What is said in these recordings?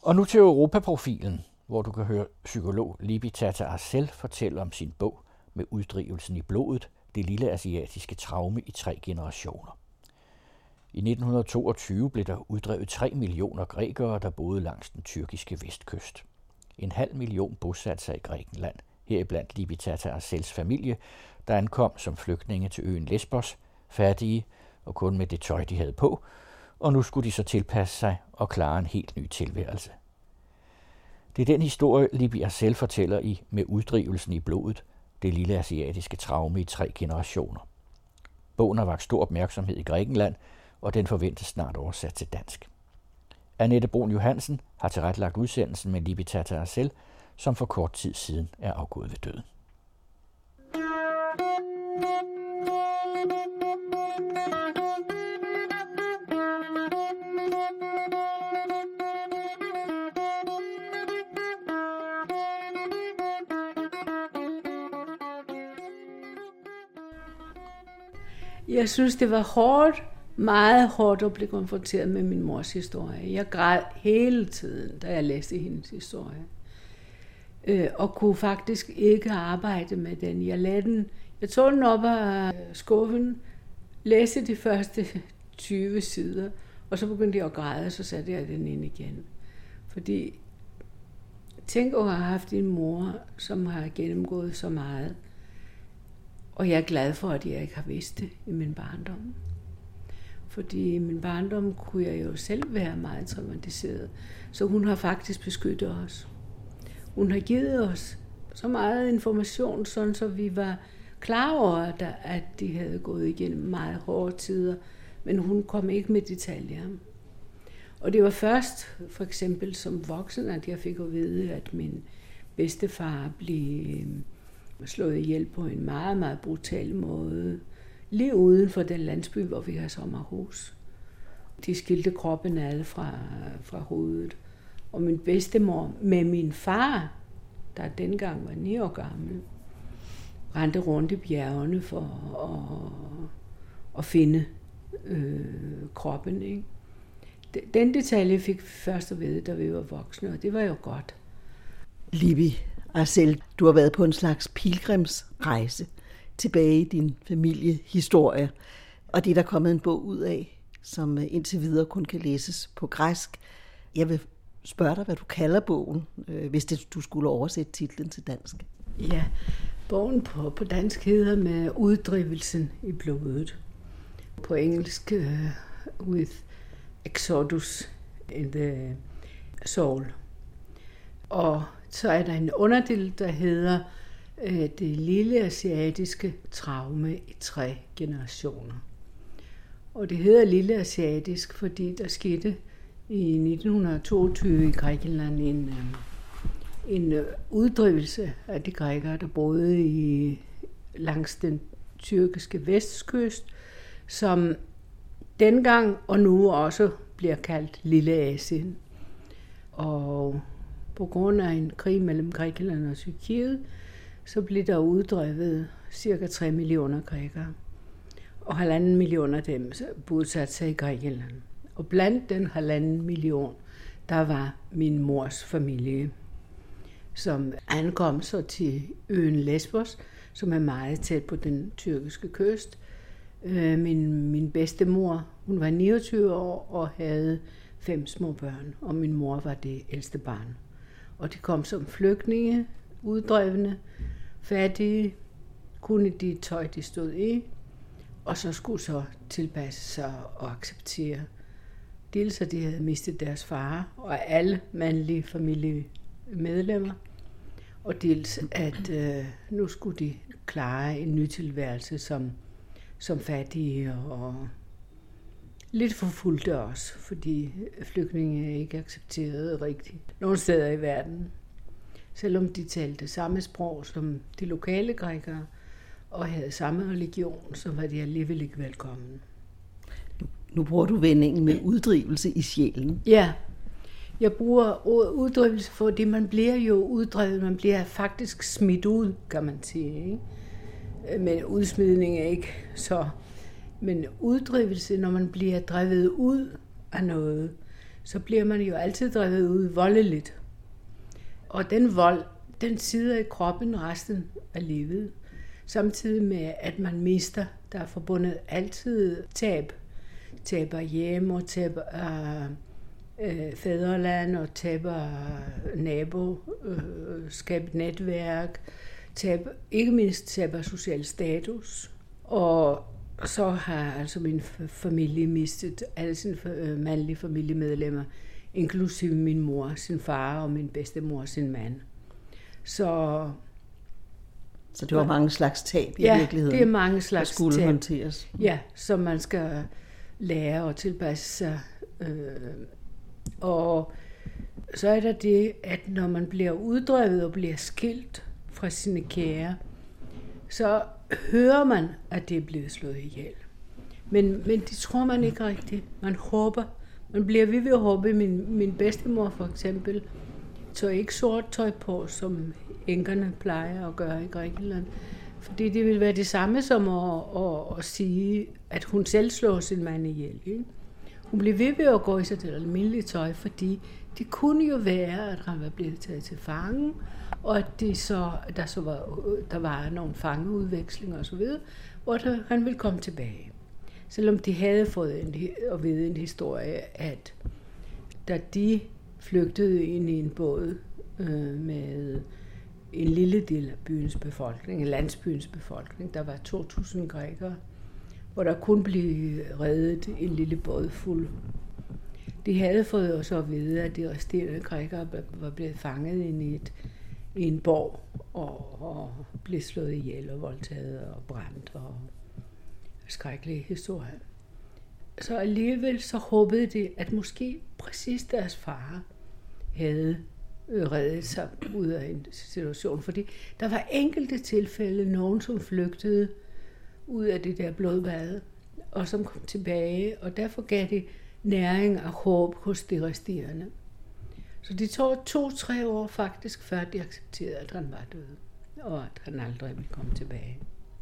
Og nu til Europaprofilen, hvor du kan høre psykolog Libby Tata-Arcel fortælle om sin bog Med uddrivelsen i blodet, det lille asiatiske traume i 3 generationer. I 1922 blev der uddrevet 3 millioner grækere, der boede langs den tyrkiske vestkyst. 500.000 bosatte sig i Grækenland, heriblandt Libby Tata-Arcels familie, der ankom som flygtninge til øen Lesbos, fattige og kun med det tøj, de havde på, og nu skulle de så tilpasse sig og klare en helt ny tilværelse. Det er den historie, Libby Arcel fortæller i Med uddrivelsen i blodet, det lille asiatiske traume i 3 generationer. Bogen har vakt stor opmærksomhed i Grækenland, og den forventes snart oversat til dansk. Annette Brun Johansen har tilrettelagt udsendelsen med Libby Tata-Arcel, som for kort tid siden er afgået ved døden. Jeg synes, det var hårdt, meget hårdt at blive konfronteret med min mors historie. Jeg græd hele tiden, da jeg læste hendes historie. Og kunne faktisk ikke arbejde med den. Jeg tog den op af skuffen, læste de første 20 sider, og så begyndte jeg at græde, og så satte jeg den ind igen. Fordi tænk at have haft en mor, som har gennemgået så meget. Og jeg er glad for, at jeg ikke har vidst det i min barndom. Fordi i min barndom kunne jeg jo selv være meget traumatiseret. Så hun har faktisk beskyttet os. Hun har givet os så meget information, sådan så vi var klar over, at de havde gået igennem meget hårde tider. Men hun kom ikke med detaljer. Og det var først, for eksempel som voksen, at jeg fik at vide, at min bedstefar blev slået ihjel på en meget, meget brutal måde. Lige uden for den landsby, hvor vi har sommerhus. De skilte kroppen ad fra hovedet. Og min bedstemor med min far, der dengang var 9 år gammel, rendte rundt i bjergene for at finde kroppen. Ikke? Den detalje fik vi først at vide, da vi var voksne, og det var jo godt. Libby Arcel, du har været på en slags pilgrimsrejse tilbage i din familiehistorie, og det er der kommet en bog ud af, som indtil videre kun kan læses på græsk. Jeg vil spørge dig, hvad du kalder bogen, hvis du skulle oversætte titlen til dansk. Ja, bogen på dansk hedder Med uddrivelsen i blodet. På engelsk With Exodus in the Soul. Og så er der en underdel, der hedder Det lille asiatiske traume i 3 generationer. Og det hedder lille asiatisk, fordi der skete i 1922 i Grækenland en uddrivelse af de grækere, der boede langs den tyrkiske vestkyst, som dengang og nu også bliver kaldt Lille Asien. Og på grund af en krig mellem Grækenland og Tyrkiet, så blev der uddrevet ca. 3 millioner grækere. Og 1,5 million af dem bosatte sig i Grækenland. Og blandt den 1,5 million, der var min mors familie, som ankom så til øen Lesbos, som er meget tæt på den tyrkiske kyst. Min bedstemor, hun var 29 år og havde 5 små børn, og min mor var det ældste barn. Og de kom som flygtninge, uddrevne, fattige, kunne de tøj, de stod i, og så skulle så tilpasse sig og acceptere. Dels at de havde mistet deres far og alle mandlige familiemedlemmer, og dels at nu skulle de klare en ny tilværelse som fattige og lidt forfulgte også, fordi flygtninge ikke accepterede rigtigt nogle steder i verden. Selvom de talte samme sprog som de lokale grækere og havde samme religion, så var de alligevel ikke velkommen. Nu bruger du vendingen med uddrivelse i sjælen. Ja, jeg bruger ordet uddrivelse, fordi man bliver jo uddrevet, man bliver faktisk smidt ud, kan man sige. Ikke? Men udsmidning er ikke så. Men uddrivelse, når man bliver drevet ud af noget, så bliver man jo altid drevet ud voldeligt. Og den vold, den sidder i kroppen resten af livet. Samtidig med, at man mister, der er forbundet altid tab. Tab af hjem og tab af fædreland og tab af naboskab, netværk. Tab, ikke mindst tab af social status. Og så har altså min familie mistet alle sine mandlige familiemedlemmer, inklusive min mor, sin far og min bedstemor, sin mand. Så det var mange slags tab i virkeligheden, det er mange slags der skulle tab. håndteres. Ja, som man skal lære og tilpasse sig. Og så er der det, at når man bliver uddrevet og bliver skilt fra sine kære, så hører man, at det er blevet slået ihjel. Men det tror man ikke rigtigt. Man håber. Man bliver ved at håbe. Min bedstemor for eksempel tog ikke sort tøj på, som enkerne plejer at gøre i Grækenland. Fordi det ville være det samme som at sige, at hun selv slår sin mand ihjel. Ikke? Hun blev ved at gå i sig til almindeligt tøj, fordi det kunne jo være, at han var blevet taget til fange, og at der var nogle fangeudvekslinger osv., hvor han ville komme tilbage. Selvom de havde fået at vide en historie, at da de flygtede ind i en båd med en lille del af byens befolkning, landsbyens befolkning, der var 2.000 grækere, hvor der kun blev reddet en lille båd fuld. De havde fået også at vide, at de resterende grækere var blevet fanget ind i en borg og blev slået ihjel og voldtaget og brændt og skrækkelige historier. Så alligevel så håbede de, at måske præcis deres far havde reddet sig ud af en situation. Fordi der var enkelte tilfælde, nogen som flygtede ud af det der blodbad, og som kom tilbage, og derfor gav det næring og håb hos de resterende. Så det tog 2-3 år faktisk, før de accepterede, at han var død, og at han aldrig ville komme tilbage.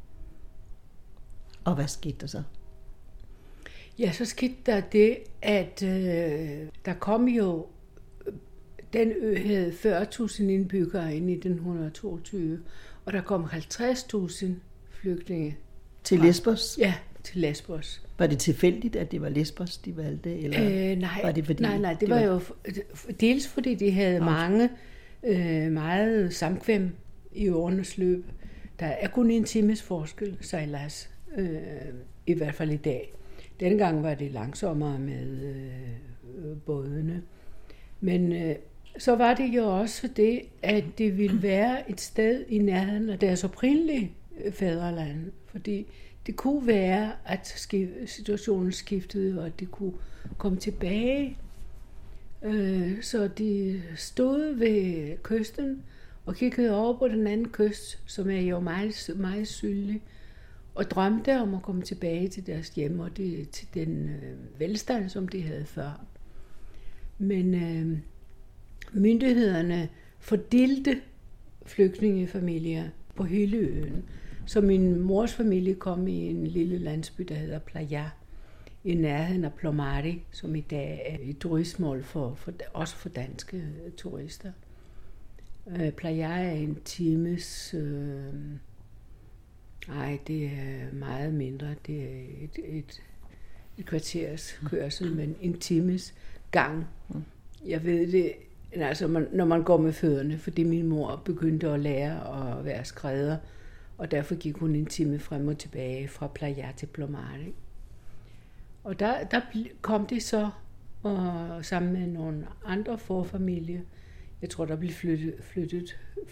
Og hvad skete der så? Ja, så skete der det, at der kom jo, den ø havde 40.000 indbyggere ind i 1922, og der kom 50.000 flygtninge. Til Lesbos? Ja, til Lesbos. Var det tilfældigt, at det var Lesbos, de valgte? Eller nej, var det fordi, nej, det var jo dels fordi de havde meget samkvem i årenes løb. Der er kun en times forskel, sejlads, i hvert fald i dag. Dengang var det langsommere med bådene. Men så var det jo også det, at det ville være et sted i nærheden af deres oprindelige fædreland. Fordi det kunne være, at situationen skiftede, og at de kunne komme tilbage. Så de stod ved kysten og kiggede over på den anden kyst, som er jo meget, meget sydlig, og drømte om at komme tilbage til deres hjem og til den velstand, som de havde før. Men myndighederne fordelte flygtningefamilier på hele øen. Så min mors familie kom i en lille landsby, der hedder Playa, i nærheden af Plomari, som i dag er et turistmål også for danske turister. Playa er en times... det er meget mindre. Det er et kvarters kørsel, men en times gang. Jeg ved det, altså når man går med fødderne, fordi min mor begyndte at lære at være skrædder, og derfor gik hun en time frem og tilbage fra Playa til Plomari. Og der kom de så sammen med nogle andre forfamilier. Jeg tror, der blev flyttet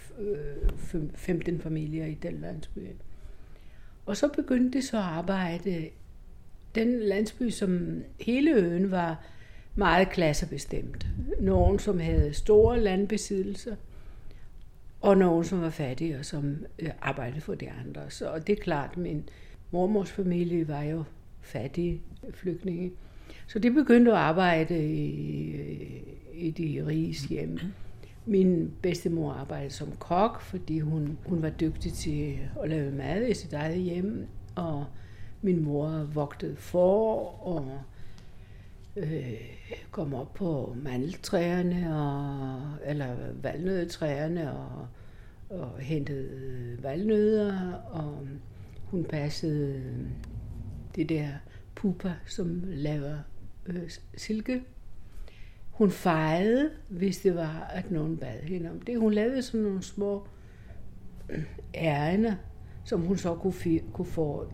15 familier i den landsby. Og så begyndte de så at arbejde. Den landsby, som hele øen var meget klassebestemt. Nogen, som havde store landbesiddelser, og nogen, som var fattige og som arbejdede for de andre. Så det er klart, min mormors familie var jo fattige flygtninge. Så de begyndte at arbejde i de riges hjem. Min bedstemor arbejdede som kok, fordi hun var dygtig til at lave mad i sit eget hjem, og min mor vogtede får, og kom op på mandeltræerne eller valnødetræerne og hentede valnødder, og hun passede det der pupa, som laver silke. Hun fejede, hvis det var, at nogen bad hende om det. Hun lavede sådan nogle små ærender, som hun så kunne få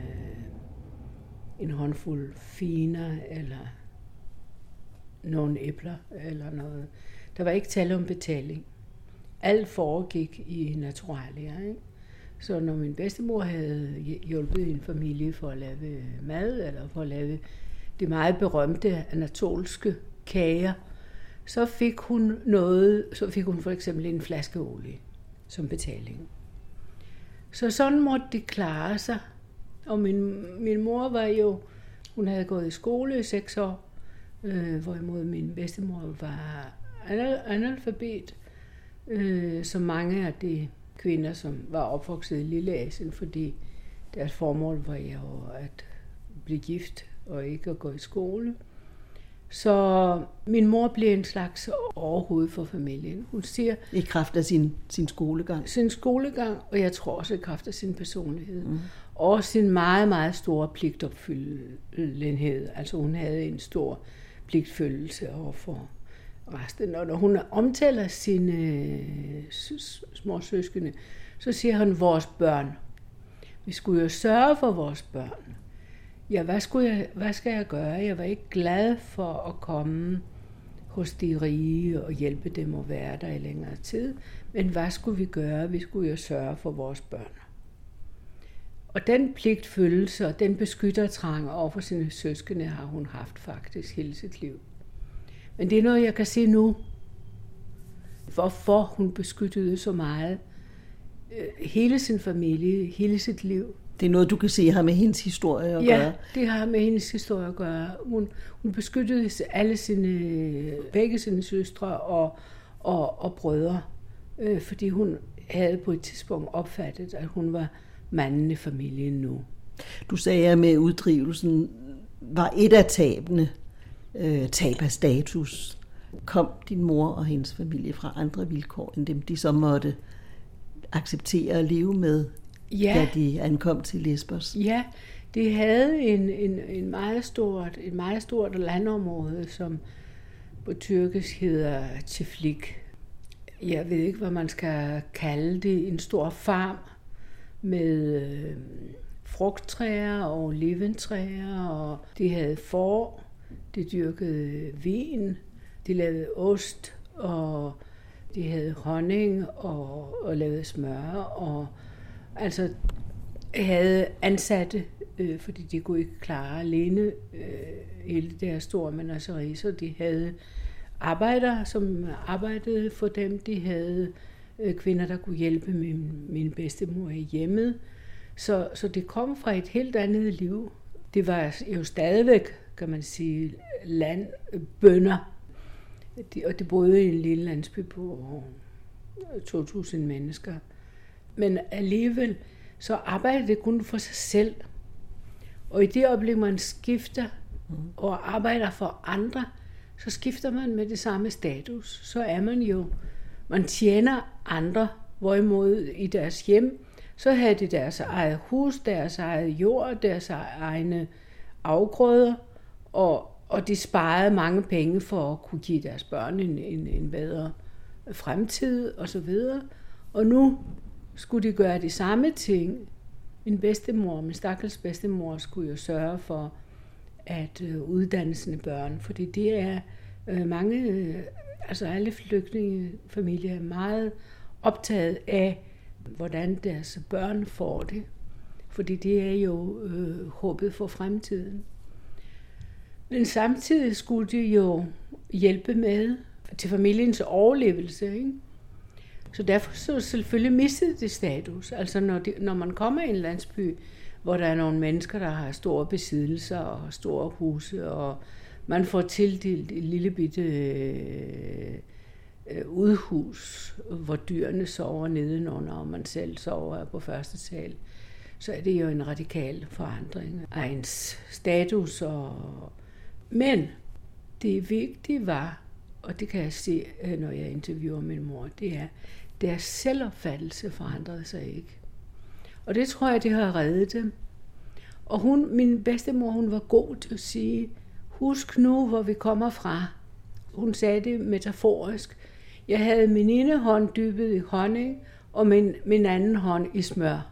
en håndfuld finer eller nogle æbler eller noget. Der var ikke tale om betaling. Alt foregik i naturalia, ikke? Så når min bedstemor havde hjulpet en familie for at lave mad, eller for at lave de meget berømte anatolske kager, så fik hun for eksempel en flaske olie som betaling. Så sådan måtte de klare sig. Og min mor var jo, hun havde gået i skole i 6 år, hvorimod min bedstemor var analfabet, som mange af de kvinder, som var opvokset i Lilleasien, fordi deres formål var jo at blive gift og ikke at gå i skole. Så min mor blev en slags overhoved for familien. Hun siger... I kraft af sin skolegang? Sin skolegang, og jeg tror også i kraft af sin personlighed. Mm. Og sin meget, meget store pligtopfyldenhed. Altså hun havde en stor pligtfølelse overfor resten. Og når hun omtaler sine små søskende, så siger hun vores børn. Vi skulle jo sørge for vores børn. Ja, hvad skal jeg gøre? Jeg var ikke glad for at komme hos de rige og hjælpe dem at være der i længere tid. Men hvad skulle vi gøre? Vi skulle jo sørge for vores børn. Og den pligtfølelse og den beskyttertrang over for sine søskende har hun haft faktisk hele sit liv. Men det er noget, jeg kan se nu. Hvorfor hun beskyttede så meget hele sin familie, hele sit liv. Det er noget, du kan se har med hendes historie at gøre? Ja, det har med hendes historie at gøre. Hun beskyttede begge sine søstre og brødre, fordi hun havde på et tidspunkt opfattet, at hun var manden i familien nu. Du sagde, at med uddrivelsen var et af tabene tab af status. Kom din mor og hendes familie fra andre vilkår, end dem de så måtte acceptere at leve med, da de ankom til Lesbos? Ja, det havde et meget stort landområde, som på tyrkisk hedder Çiftlik. Jeg ved ikke, hvad man skal kalde det. En stor farm med frugttræer og oliventræer, og de havde får, de dyrkede vin, de lavede ost, og de havde honning og lavede smør, og altså havde ansatte, fordi de kunne ikke klare alene hele deres store menageri, så de havde arbejdere, som arbejdede for dem. De havde kvinder, der kunne hjælpe min bedstemor i hjemmet. Så det kom fra et helt andet liv. Det var jo stadigvæk, kan man sige, bønder. Og det boede i en lille landsby på 2.000 mennesker. Men alligevel, så arbejdede det kun for sig selv. Og i det øjeblik, man skifter og arbejder for andre, så skifter man med det samme status. Så er man tjener andre, hvorimod i deres hjem, så havde de deres eget hus, deres eget jord, deres egne afgrøder, og de sparede mange penge for at kunne give deres børn en bedre fremtid osv. Og nu skulle de gøre de samme ting. Min stakkels bedstemor skulle jo sørge for at uddanne sine børn, fordi det er mange, altså alle flygtningefamilier er meget optaget af, hvordan deres børn får det, fordi det er jo håbet for fremtiden. Men samtidig skulle de jo hjælpe med til familiens overlevelse, ikke? Så derfor så selvfølgelig mistede det status. Altså når man kommer i en landsby, hvor der er nogle mennesker, der har store besiddelser og store huse, og man får tildelt et lille bitte udhus, hvor dyrene sover nedenunder, og man selv sover på første sal, så er det jo en radikal forandring af ens status. Men det vigtige var, og det kan jeg se, når jeg interviewer min mor, det er, deres selvopfattelse forandrede sig ikke. Og det tror jeg, det har reddet dem. Og min bedstemor, hun var god til at sige, husk nu, hvor vi kommer fra. Hun sagde det metaforisk. Jeg havde min ene hånd dyppet i honning, og min anden hånd i smør.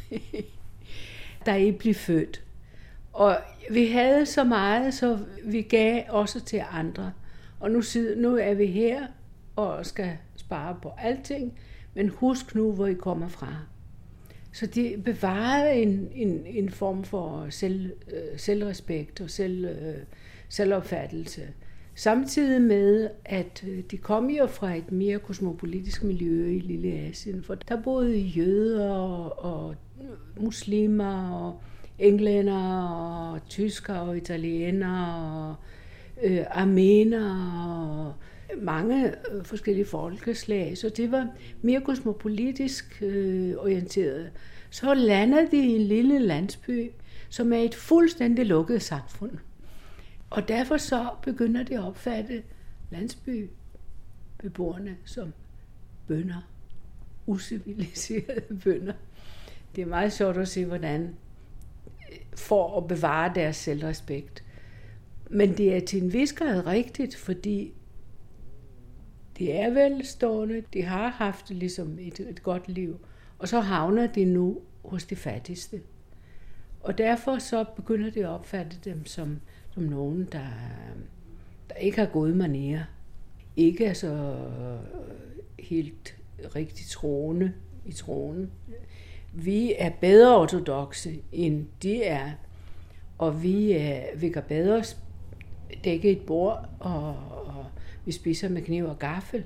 Da I blev født. Og vi havde så meget, så vi gav også til andre. Og nu er vi her og skal spare på alting, men husk nu, hvor I kommer fra. Så de bevarede en form for selvrespekt og selvopfattelse. Samtidig med, at de kom jo fra et mere kosmopolitisk miljø i Lille Asien, for der boede jøder og muslimer og englænder og tyskere og italienere og armenere og mange forskellige folkeslag, så det var mere kosmopolitisk orienteret. Så landede de i en lille landsby, som er et fuldstændig lukket samfund. Og derfor så begynder de at opfatte landsbybeboerne som bønder, usiviliserede bønder. Det er meget sjovt at se, hvordan for at bevare deres selvrespekt. Men det er til en vis grad rigtigt, fordi de er velstående, de har haft ligesom et godt liv, og så havner de nu hos de fattigste. Og derfor så begynder de at opfatte dem som nogen, der ikke har gode manerer, ikke er så helt rigtig troende i troen. Vi er bedre ortodokse, end de er, og vi kan bedre dække et bord, og vi spiser med kniv og gaffel.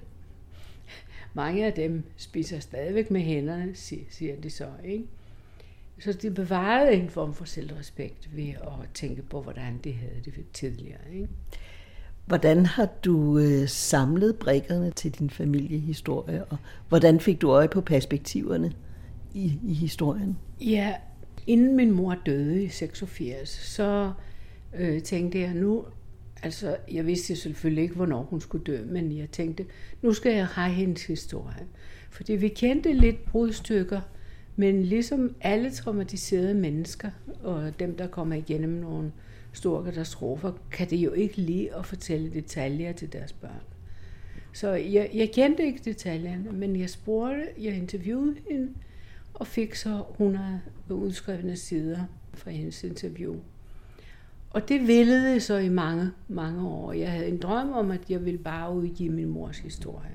Mange af dem spiser stadigvæk med hænderne, siger de så, ikke? Så de bevarede en form for selvrespekt ved at tænke på, hvordan de havde det tidligere, ikke? Hvordan har du samlet brikkerne til din familiehistorie, og hvordan fik du øje på perspektiverne i historien? Ja, inden min mor døde i 86, så tænkte jeg nu, altså jeg vidste selvfølgelig ikke, hvornår hun skulle dø, men jeg tænkte, nu skal jeg have hendes historie. Fordi vi kendte lidt brudstykker, men ligesom alle traumatiserede mennesker, og dem, der kommer igennem nogle store katastrofer, kan det jo ikke lide at fortælle detaljer til deres børn. Så jeg kendte ikke detaljerne, men jeg interviewede hende, og fik så 100 udskrevne sider fra hendes interview. Og det villede så i mange, mange år. Jeg havde en drøm om, at jeg ville bare udgive min mors historie.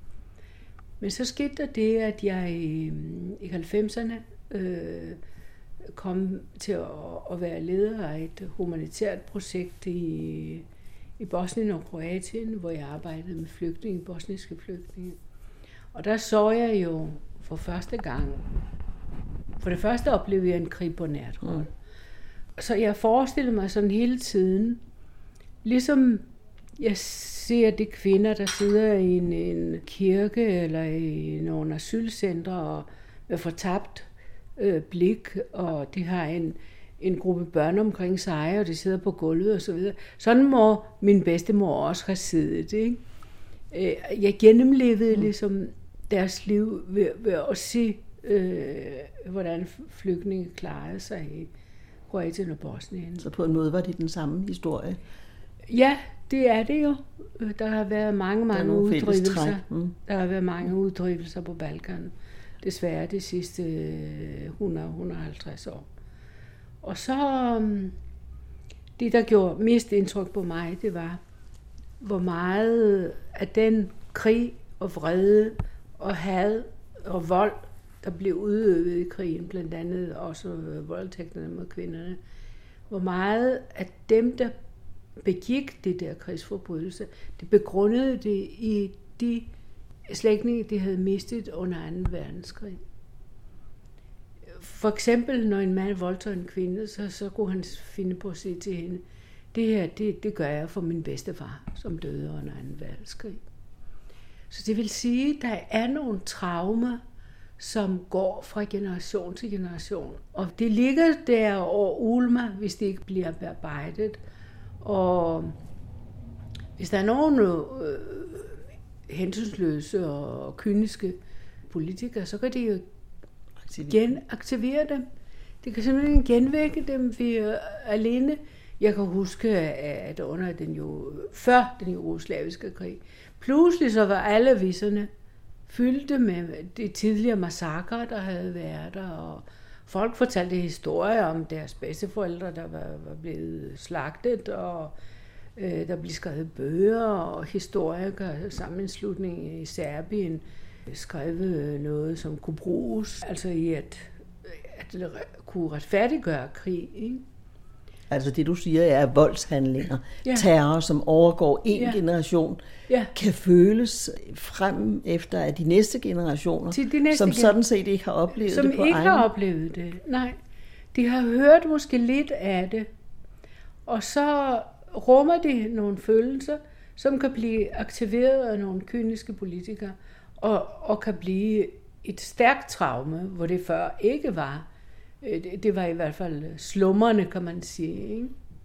Men så skete der det, at jeg i 90'erne kom til at være leder af et humanitært projekt i Bosnien og Kroatien, hvor jeg arbejdede med bosniske flygtninge. Og der så jeg jo for første gang, for det første oplevede jeg en krig på nært hold. Så jeg forestillede mig sådan hele tiden, ligesom jeg ser de kvinder, der sidder i en kirke eller i nogle asylcentre og med fortabt blik, og de har en gruppe børn omkring sig, og de sidder på gulvet og så videre. Sådan må min bedstemor også have siddet, ikke? Jeg gennemlevede ligesom deres liv ved at se, hvordan flygtninge klarede sig i Kroatien og Bosnien. Så på en måde var det den samme historie? Ja, det er det jo. Der har været mange uddrivelser. Der har været mange uddrivelser på Balkan. Desværre de sidste 100-150 år. Og så det, der gjorde mest indtryk på mig, det var, hvor meget af den krig og vrede og had og vold, der blev udøvet i krigen, blandt andet også voldtægterne mod kvinderne, hvor meget af dem, der begik det der krigsforbrydelse, det begrundede det i de slægtninge, de havde mistet under 2. verdenskrig. For eksempel, når en mand voldtog en kvinde, så kunne han finde på at sige til hende, det her, det gør jeg for min bedstefar, som døde under 2. verdenskrig. Så det vil sige, at der er nogle traumer, som går fra generation til generation. Og det ligger der og ulmer, hvis det ikke bliver bearbejdet. Og Hvis der er nogen hensynsløse og kyniske politikere, så kan de jo genaktivere dem. Det kan simpelthen genvække dem ved alene. Jeg kan huske, at før den jugoslaviske krig, pludselig så var alle aviserne fyldte med de tidligere massakrer, der havde været der, og folk fortalte historier om deres bedsteforældre, der var blevet slagtet, og der blev skrevet bøger, og historikere, sammenslutning i Serbien, skrevet noget, som kunne bruges, altså i at kunne retfærdiggøre krig, ikke? Altså det, du siger, er voldshandlinger, terror, som overgår en generation, kan føles frem efter af de næste generationer, som sådan set ikke har oplevet det på egen. Som ikke har oplevet det, nej. De har hørt måske lidt af det, og så rummer de nogle følelser, som kan blive aktiveret af nogle kyniske politikere, og kan blive et stærkt traume, hvor det før ikke var. Det var i hvert fald slummerne, kan man sige. Ikke?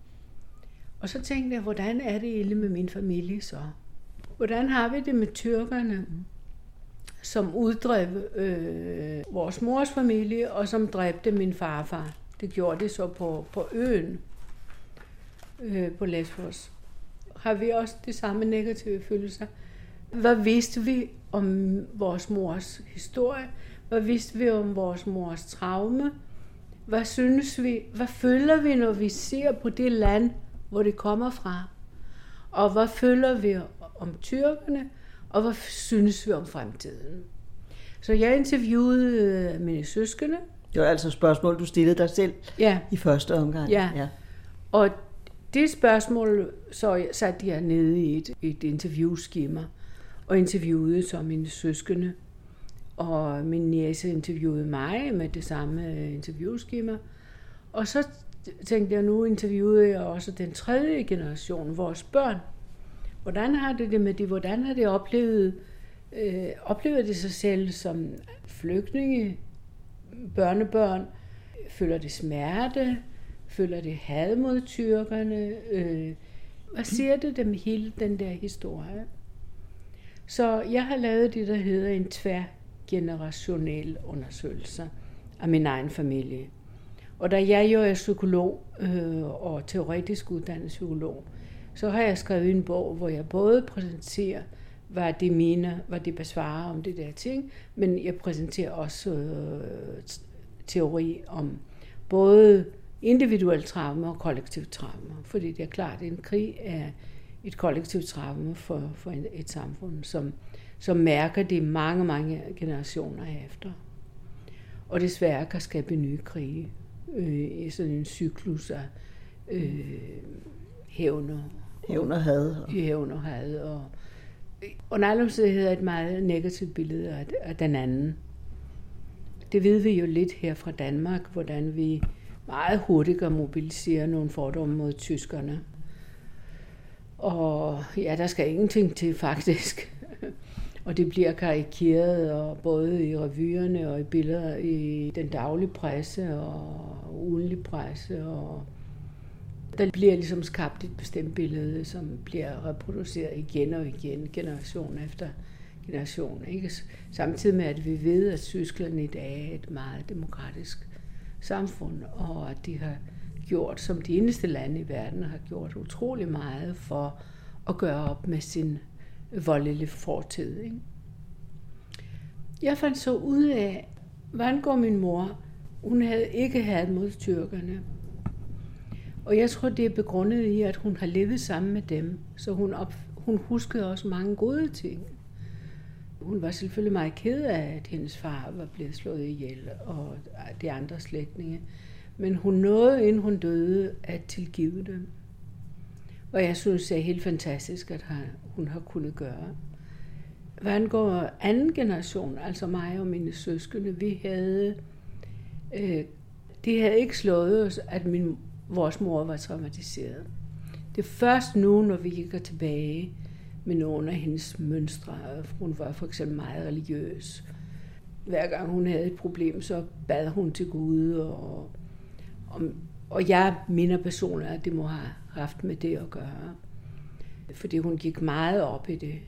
Og så tænkte jeg, hvordan er det egentlig med min familie så? Hvordan har vi det med tyrkerne, som uddrev vores mors familie, og som dræbte min farfar? Det gjorde det så på øen, på Lesbos. Har vi også de samme negative følelser? Hvad vidste vi om vores mors historie? Hvad vidste vi om vores mors traume? Hvad synes vi? Hvad føler vi, når vi ser på det land, hvor det kommer fra? Og hvad føler vi om tyrkerne? Og hvad synes vi om fremtiden? Så jeg interviewede mine søskende. Det var altså spørgsmål, du stillede dig selv i første omgang. Ja. Og det spørgsmål, så satte jeg nede i et interviewskema og interviewede så mine søskende. Og min niece interviewede mig med det samme interviewskema. Og så tænkte jeg, nu interviewede jeg også den tredje generation, vores børn. Hvordan har det med det? Hvordan har det oplevet det sig selv som flygtninge, børnebørn? Føler det smerte? Føler det had mod tyrkerne? Hvad siger det dem hele den der historie? Så jeg har lavet det, der hedder en tværgenerationel undersøgelse af min egen familie. Og da jeg jo er psykolog og teoretisk uddannet psykolog, så har jeg skrevet en bog, hvor jeg både præsenterer, hvad det besvarer om det der ting, men jeg præsenterer også teori om både individuelle traumer og kollektive traumer. Fordi det er klart, at en krig er et kollektivt traume for et samfund, som mærker det mange, mange generationer efter. Og desværre kan skabe nye krige i sådan en cyklus af hævn og had. Og under alle omstændigheder et meget negativt billede af den anden. Det ved vi jo lidt her fra Danmark, hvordan vi meget hurtigt kan mobilisere nogle fordomme mod tyskerne. Og ja, der skal ingenting til faktisk. Og det bliver karikeret, og både i revyerne og i billeder i den daglige presse og ugenlig presse. Og der bliver ligesom skabt et bestemt billede, som bliver reproduceret igen og igen, generation efter generation. Ikke? Samtidig med, at vi ved, at Tyskland i dag er et meget demokratisk samfund, og at de har gjort, som de eneste lande i verden, har gjort utrolig meget for at gøre op med sin voldelige fortid. Ikke? Jeg fandt så ud af, hvordan går min mor? Hun havde ikke had mod tyrkerne. Og jeg tror, det er begrundet i, at hun har levet sammen med dem, så hun huskede også mange gode ting. Hun var selvfølgelig meget ked af, at hendes far var blevet slået ihjel, og de andre slægtninge. Men hun nåede, inden hun døde, at tilgive dem. Og jeg synes, det er helt fantastisk, at hun har kunnet gøre. Hvad angår anden generation, altså mig og mine søskende, de havde ikke slået os, at vores mor var traumatiseret. Det er først nu, når vi kigger tilbage med nogle af hendes mønstre. Hun var for eksempel meget religiøs. Hver gang hun havde et problem, så bad hun til Gud. Og jeg minder personer, at det må have haft med det at gøre. fordi hun gik meget op i det.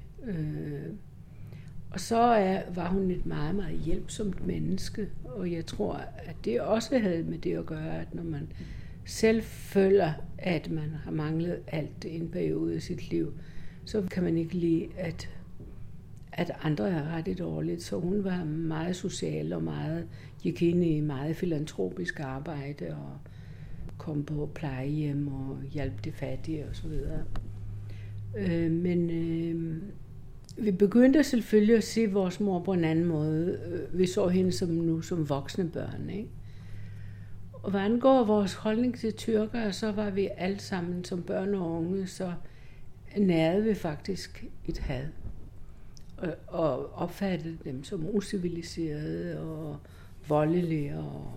Og så var hun et meget, meget hjælpsomt menneske, og jeg tror, at det også havde med det at gøre, at når man selv føler, at man har manglet alt i en periode i sit liv, så kan man ikke lide, at andre er ret dårligt. Så hun var meget social og gik ind i meget filantropisk arbejde og kom på plejehjem og hjalp de fattige osv. Men vi begyndte selvfølgelig at se vores mor på en anden måde. Vi så hende som voksne børn, ikke? Og hvad angår vores holdning til tyrkere, så var vi alle sammen som børn og unge, så nærede vi faktisk et had. Og opfattede dem som usiviliserede og voldelige og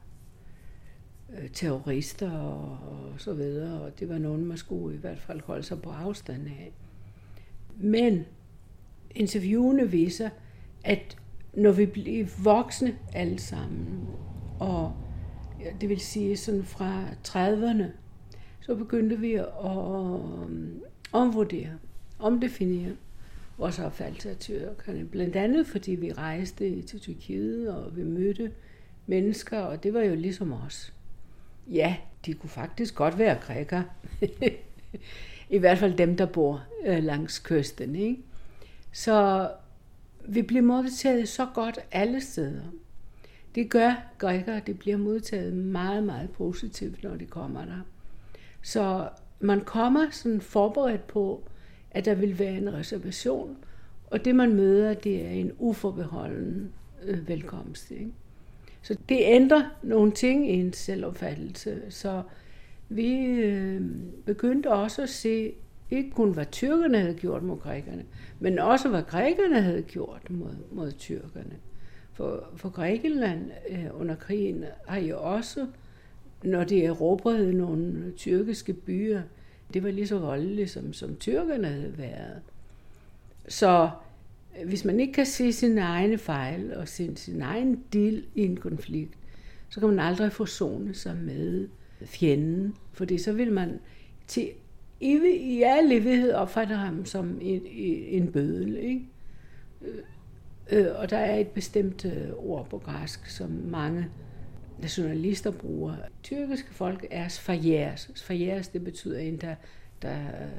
terrorister og så videre. Og det var nogen, man skulle i hvert fald holde sig på afstand af. Men interviewene viser, at når vi blev voksne alle sammen, og det vil sige sådan fra 30'erne, så begyndte vi at omvurdere, omdefinere vores opfattelse af tyrkerne. Blandt andet fordi vi rejste til Tyrkiet, og vi mødte mennesker, og det var jo ligesom os. Ja, de kunne faktisk godt være grækere. I hvert fald dem, der bor langs kysten, ikke? Så vi bliver modtaget så godt alle steder. Det gør grækere, det bliver modtaget meget, meget positivt, når de kommer der. Så man kommer sådan forberedt på, at der vil være en reservation, og det man møder, det er en uforbeholden velkomst, ikke? Så det ændrer nogle ting i en selvopfattelse. Så vi begyndte også at se, ikke kun hvad tyrkerne havde gjort mod grækerne, men også hvad grækerne havde gjort mod tyrkerne. For Grækenland under krigen har jo også, når de erobrede nogle tyrkiske byer, det var lige så voldeligt, som tyrkerne havde været. Så hvis man ikke kan se sine egne fejl og sin egen del i en konflikt, så kan man aldrig forsone sig med fjenden, fordi så vil man i al evighed opfatte ham som en bøddel, ikke? Og der er et bestemt ord på græsk, som mange nationalister bruger. Tyrkiske folk er sfayeres. Sfayeres, det betyder en, der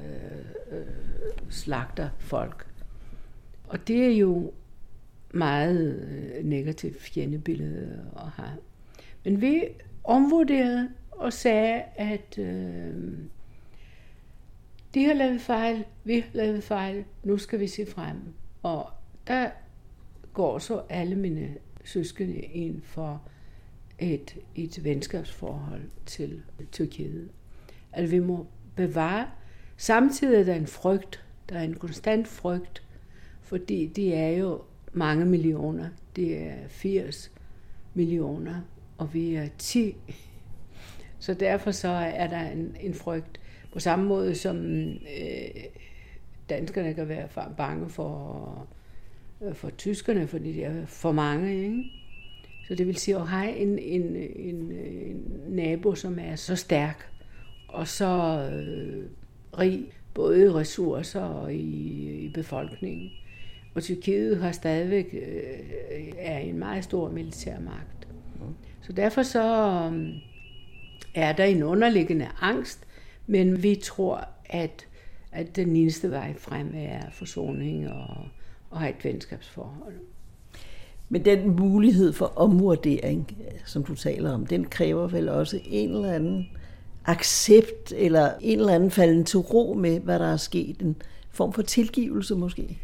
slagter folk. Og det er jo meget negativt fjendebillede at have. Men vi omvurderede og sagde, at de har lavet fejl, vi har lavet fejl, nu skal vi se frem. Og der går så alle mine søskende ind for et venskabsforhold til Tyrkiet. At vi må bevare. Samtidig er der en frygt, der er en konstant frygt, fordi det er jo mange millioner. Det er 80 millioner, og vi er 10. Så derfor så er der en frygt. På samme måde som danskerne kan være bange for tyskerne, fordi de er for mange, ikke? Så det vil sige at have en nabo, som er så stærk og så rig, både i ressourcer og i befolkningen. Og Tyrkiet har stadigvæk er en meget stor militærmagt. Så derfor så er der en underliggende angst, men vi tror, at den eneste vej frem er forsoning og have et venskabsforhold. Men den mulighed for omvurdering, som du taler om, den kræver vel også en eller anden accept, eller en eller anden falden til ro med, hvad der er sket. En form for tilgivelse måske?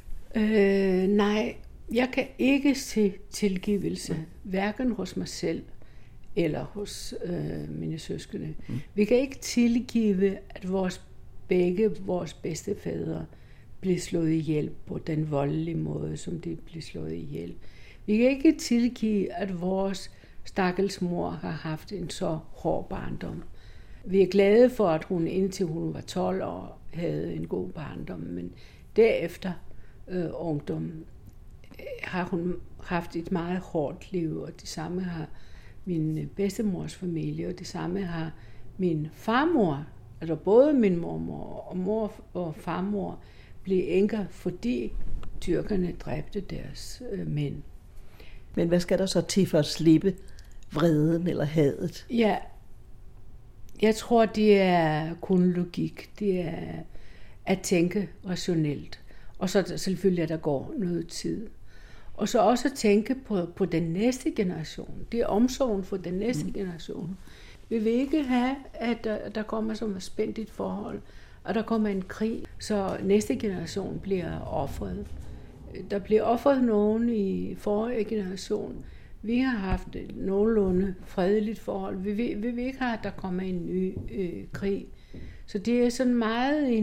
Nej, jeg kan ikke se tilgivelse, hverken hos mig selv eller hos mine søskende. Vi kan ikke tilgive, at begge vores bedstefædre blev slået ihjel på den voldelige måde, som de blev slået ihjel. Vi kan ikke tilgive, at vores stakkels mor har haft en så hård barndom. Vi er glade for, at hun indtil hun var 12 år havde en god barndom, men derefter ungdom har hun haft et meget hårdt liv, og det samme har min bedstemors familie, og det samme har min farmor Altså både min mormor og mor og farmor blev enker, fordi tyrkerne dræbte deres mænd. Men hvad skal der så til for at slippe vreden eller hadet? Ja, jeg tror, det er kun logik. Det er at tænke rationelt. Og så selvfølgelig, at der går noget tid. Og så også at tænke på den næste generation. Det er omsorgen for den næste generation. Vi vil ikke have, at der kommer som et spændigt forhold, og der kommer en krig, så næste generation bliver offret. Der bliver offret nogen i forrige generation. Vi har haft et nogenlunde fredeligt forhold. Vi vil ikke have, at der kommer en ny krig. Så det er sådan meget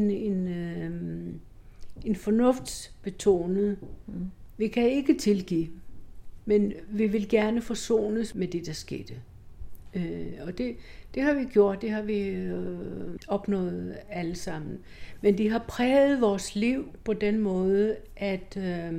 en fornuftsbetonet. Vi kan ikke tilgive, men vi vil gerne forsones med det, der skete. Og det har vi gjort, det har vi opnået alle sammen. Men de har præget vores liv på den måde, at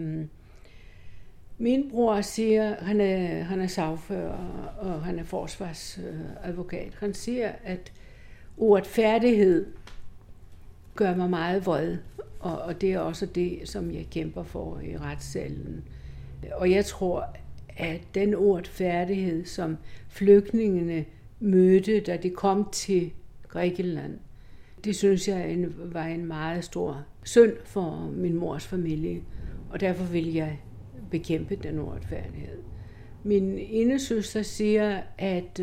min bror siger, han er sagfører, og han er forsvarsadvokat. Han siger, at uretfærdighed gør mig meget vred, og det er også det, som jeg kæmper for i retssalen. Og jeg tror, at den uretfærdighed, som flygtningene mødte, da de kom til Grækenland, det synes jeg var en meget stor synd for min mors familie, og derfor vil jeg bekæmpe den uretfærdighed. Min ene søster siger, at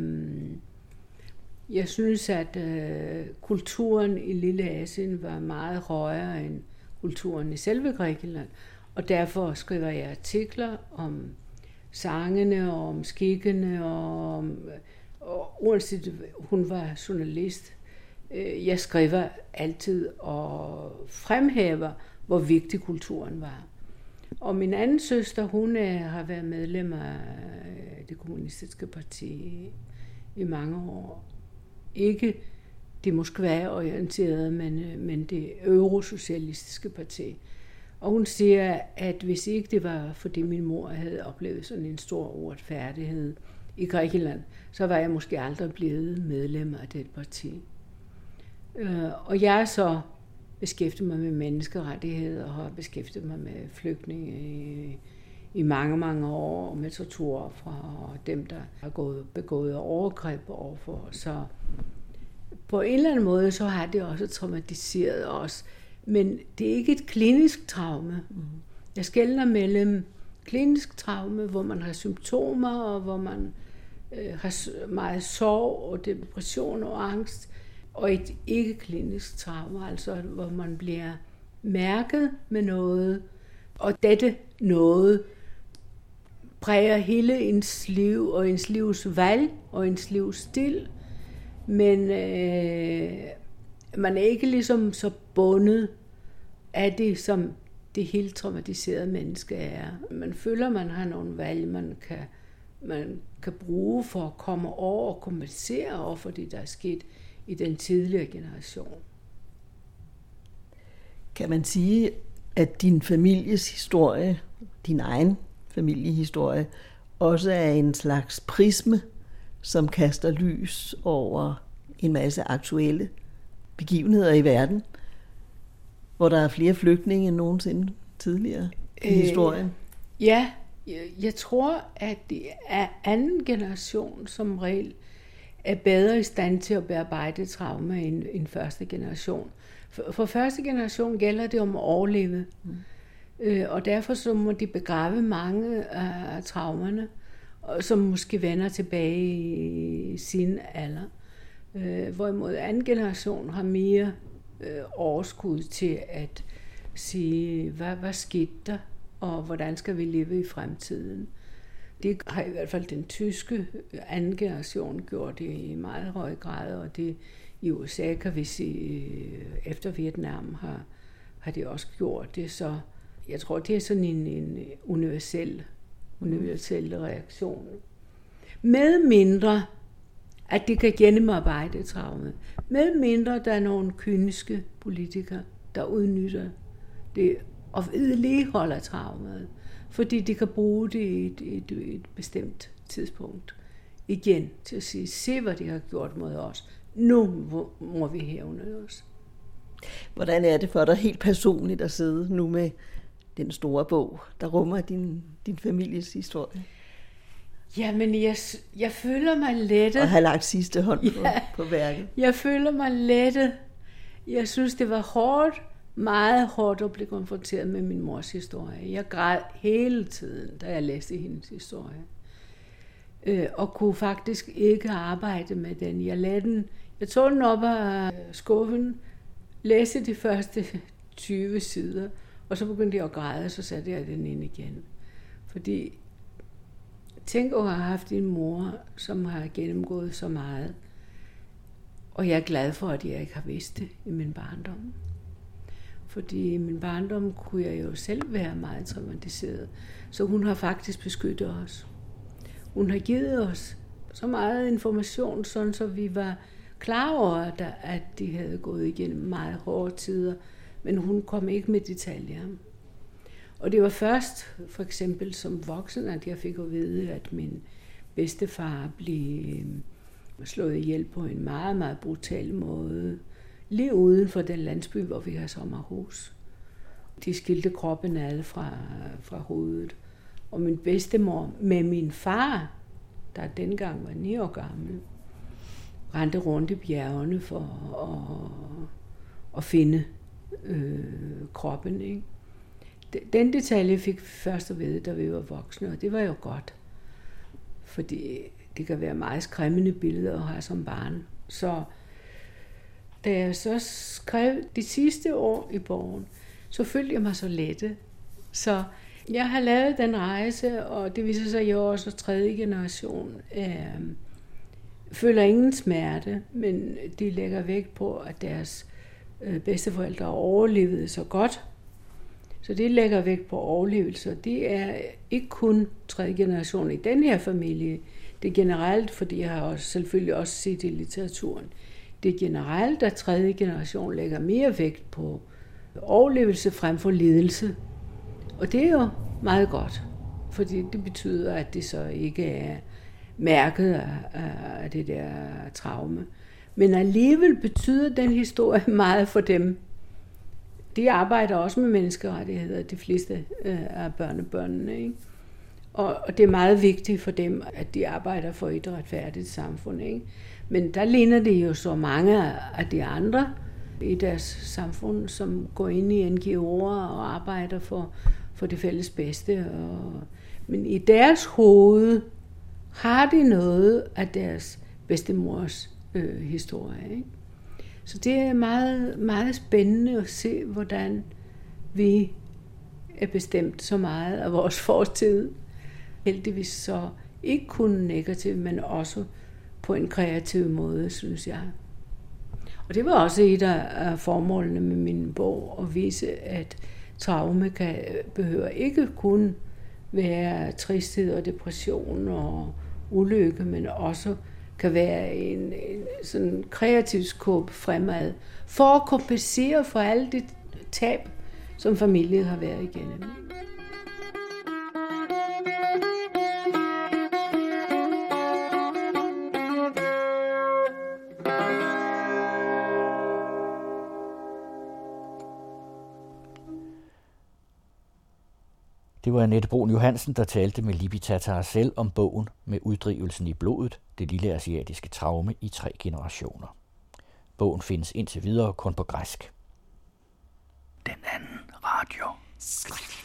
jeg synes, at kulturen i Lille Asien var meget højere end kulturen i selve Grækenland, og derfor skriver jeg artikler om sangene og om skikkene, og uanset hun var journalist, jeg skriver altid og fremhæver, hvor vigtig kulturen var. Og min anden søster, hun har været medlem af det kommunistiske parti i mange år. Ikke det Moskva-orienterede, men det eurosocialistiske parti. Og hun siger, at hvis ikke det var, fordi min mor havde oplevet sådan en stor uretfærdighed i Grækenland, så var jeg måske aldrig blevet medlem af det parti. Og jeg er så beskæftiget mig med menneskerettigheder og har beskæftiget mig med flygtninge i mange, mange år, og med torturofre og dem, der har begået overgreb overfor. Så på en eller anden måde, så har det også traumatiseret os. Men det er ikke et klinisk traume. Jeg skelner mellem klinisk traume, hvor man har symptomer, og hvor man har meget sorg og depression og angst, og et ikke-klinisk traume, altså hvor man bliver mærket med noget, og dette noget præger hele ens liv og ens livs valg og ens livsstil, men man er ikke ligesom så bundet af det, som det helt traumatiserede menneske er. Man føler, man har nogle valg, man kan bruge for at komme over og kompensere over for det, der er sket i den tidligere generation. Kan man sige, at din families historie, din egen familiehistorie, også er en slags prisme, som kaster lys over en masse aktuelle begivenheder i verden, hvor der er flere flygtninge end nogensinde tidligere i historien? Ja, jeg tror, at det er anden generation som regel er bedre i stand til at bearbejde traumer end første generation. For første generation gælder det om at overleve, og derfor så må de begrave mange af traumerne, som måske vender tilbage i sin alder. Hvorimod anden generation har mere overskud til at sige, hvad skete der, og hvordan skal vi leve i fremtiden. Det har i hvert fald den tyske anden generation gjort det i meget høj grad, og det i USA kan vi sige, efter Vietnam har det også gjort det. Så jeg tror, det er sådan en universel reaktion. Med mindre, at det kan gennemarbejde traumet. Med mindre, der er nogle kyniske politikere, der udnytter det og vedligeholder traumet, fordi de kan bruge det i et bestemt tidspunkt igen til at sige, se hvad de har gjort mod os. nu må vi hævne os. Hvordan er det for dig helt personligt at sidde nu med den store bog, der rummer din families historie? Jamen, jeg føler mig lettet. Og har lagt sidste hånd på værket. Jeg føler mig lettet. Jeg synes, det var hårdt, meget hårdt at blive konfronteret med min mors historie. Jeg græd hele tiden, da jeg læste hendes historie. Og kunne faktisk ikke arbejde med den. Jeg tog den op af skuffen, læste de første 20 sider, og så begyndte jeg at græde, og så satte jeg den ind igen. Fordi tænk at have haft en mor, som har gennemgået så meget. Og jeg er glad for, at jeg ikke har vidst det i min barndom. Fordi i min barndom kunne jeg jo selv være meget traumatiseret. Så hun har faktisk beskyttet os. Hun har givet os så meget information, sådan så vi var klar over, at de havde gået igennem meget hårde tider. Men hun kom ikke med detaljer. Og det var først, for eksempel som voksen, at jeg fik at vide, at min bedstefar blev slået ihjel på en meget, meget brutal måde. Lige uden for den landsby, hvor vi har sommerhus. De skilte kroppen ad fra hovedet. Og min bedstemor med min far, der dengang var 9 år gammel, rendte rundt i bjergene for at finde kroppen, ikke? Den detalje fik vi først at vide, da vi var voksne, og det var jo godt. Fordi det kan være meget skræmmende billeder at have som barn. Så da jeg så skrev de sidste år i bogen, så følte jeg mig så lette. Så jeg har lavet den rejse, og det viser sig, at jeg også er 3. generation. Føler ingen smerte, men de lægger vægt på, at deres bedsteforældre overlevede så godt. Så det lægger vægt på overlevelse. Det er ikke kun 3. generation i den her familie. Det er generelt, fordi jeg har også, selvfølgelig også set i litteraturen. Det er generelt, at 3. generation lægger mere vægt på overlevelse frem for lidelse. Og det er jo meget godt, fordi det betyder, at det så ikke er mærket af det der traume. Men alligevel betyder den historie meget for dem. De arbejder også med menneskerettigheder, de fleste af børnebørnene, ikke? Og det er meget vigtigt for dem, at de arbejder for et retfærdigt samfund, ikke? Men der ligner det jo så mange af de andre i deres samfund, som går ind i NGO'er og arbejder for det fælles bedste. Men i deres hoved har de noget af deres bedstemors historie, ikke? Så det er meget, meget spændende at se, hvordan vi er bestemt så meget af vores fortid. Heldigvis så ikke kun negativt, men også på en kreativ måde, synes jeg. Og det var også et af formålene med min bog, at vise, at traume behøver ikke kun være tristhed og depression og ulykke, men også kan være en sådan kreativ skub fremad, for at kompensere for alle det tab, som familien har været igennem. Det var Annette Bruun Johansen, der talte med Libby Tatar-Azell om bogen Med uddrivelsen i blodet, det lille asiatiske traume i 3 generationer. Bogen findes indtil videre kun på græsk. Den anden radio.